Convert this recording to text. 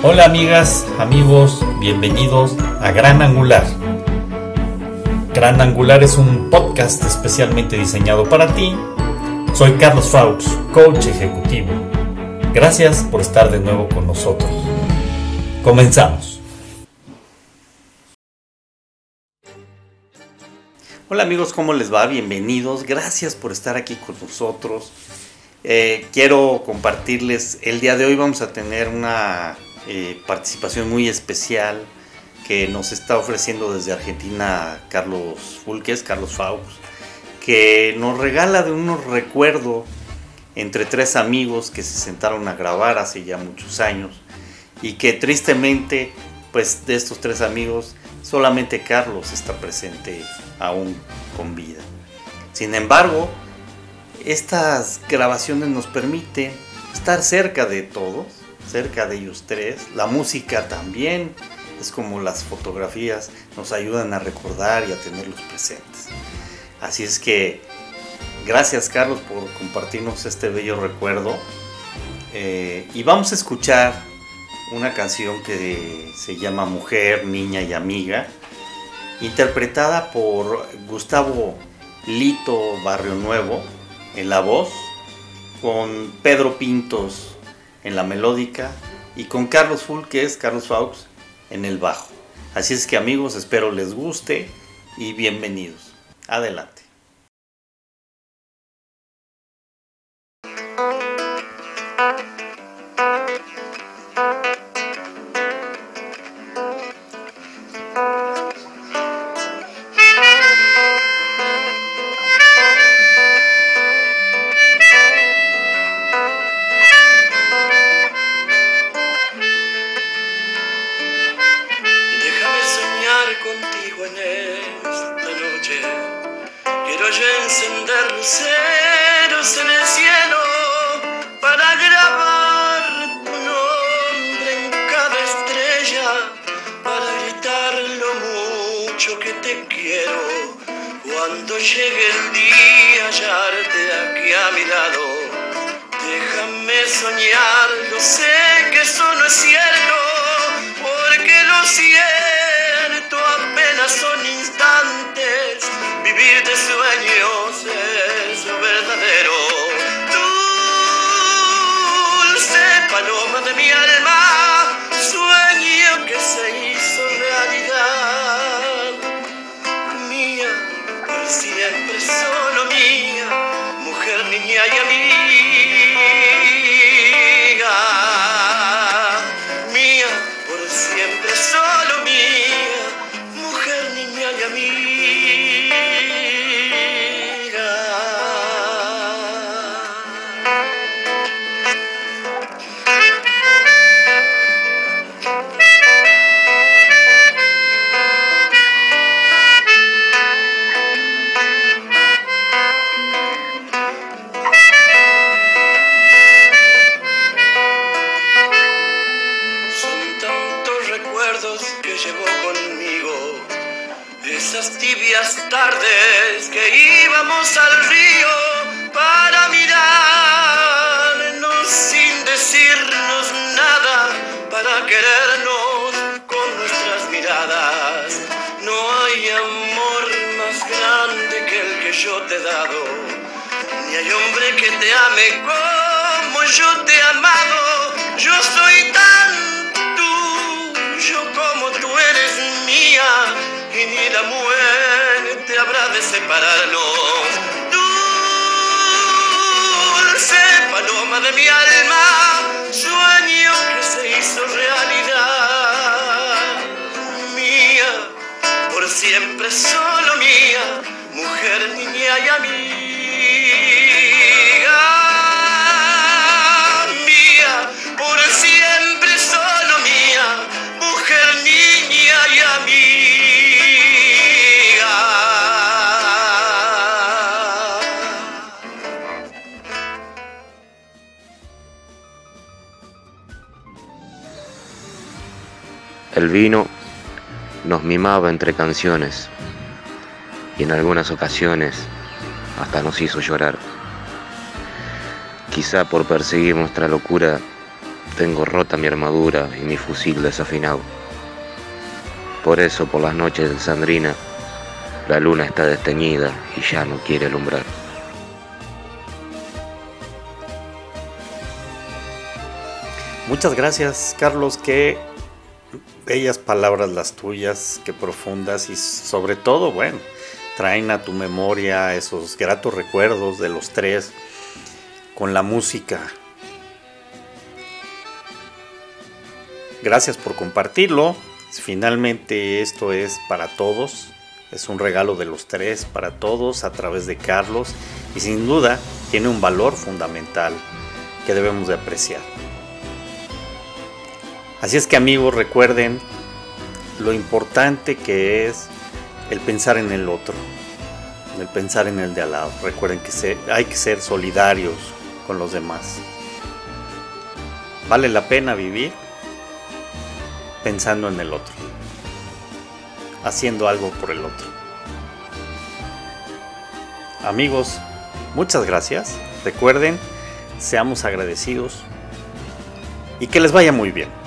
Hola amigas, amigos, bienvenidos a Gran Angular. Gran Angular es un podcast especialmente diseñado para ti. Soy Carlos Faux, coach ejecutivo. Gracias por estar de nuevo con nosotros. Comenzamos. Hola amigos, ¿cómo les va? Bienvenidos. Gracias por estar aquí con nosotros. Quiero compartirles, el día de hoy vamos a tener una participación muy especial que nos está ofreciendo desde Argentina Carlos Faux, que nos regala de unos recuerdos entre tres amigos que se sentaron a grabar hace ya muchos años y que tristemente, pues de estos tres amigos, solamente Carlos está presente aún con vida. Sin embargo, estas grabaciones nos permiten estar cerca de todos, cerca de ellos tres. La música también es como las fotografías, nos ayudan a recordar y a tenerlos presentes. Así es que gracias Carlos por compartirnos este bello recuerdo, y vamos a escuchar una canción que se llama Mujer, Niña y Amiga, interpretada por Gustavo Lito Barrio Nuevo en la voz, con Pedro Pintos en la melódica y con Carlos Faux en el bajo. Así es que amigos, espero les guste y bienvenidos. Adelante. Contigo en esta noche, quiero yo encender luceros en el cielo para grabar tu nombre en cada estrella, para gritar lo mucho que te quiero. Cuando llegue el día, hallarte aquí a mi lado. Déjame soñar, yo sé que eso no es cierto, porque lo cierto apenas son instantes, vivir de sueños es lo verdadero. Dulce paloma de mi alma, sueño que se hizo realidad. Mía, por siempre solo mía, mujer, niña y amiga. Mía, por siempre solo mía, mujer, niña y amiga. Son tantos recuerdos que llevo conmigo, esas tibias tardes que íbamos al río para mirarnos sin decirnos nada, para querernos con nuestras miradas. No hay amor más grande que el que yo te he dado, ni hay hombre que te ame como yo te he amado. Yo soy tan tuyo como tú eres mía, y ni la muerte habrá de separarnos. Dulce paloma de mi alma, sueño que se hizo realidad. Mía, por siempre solo mía, mujer, niña y amiga. Mía, por siempre solo mía, mujer, niña y amiga. El vino nos mimaba entre canciones y en algunas ocasiones hasta nos hizo llorar. Quizá por perseguir nuestra locura tengo rota mi armadura y mi fusil desafinado. Por eso por las noches del Sandrina la luna está desteñida y ya no quiere alumbrar. Muchas gracias, Carlos, qué bellas palabras las tuyas, qué profundas y sobre todo, bueno, traen a tu memoria esos gratos recuerdos de los tres con la música. Gracias por compartirlo. Finalmente esto es para todos, es un regalo de los tres para todos a través de Carlos y sin duda tiene un valor fundamental que debemos de apreciar. Así es que amigos, recuerden lo importante que es el pensar en el otro, el pensar en el de al lado. Recuerden que hay que ser solidarios con los demás. Vale la pena vivir pensando en el otro, haciendo algo por el otro. Amigos, muchas gracias. Recuerden, seamos agradecidos y que les vaya muy bien.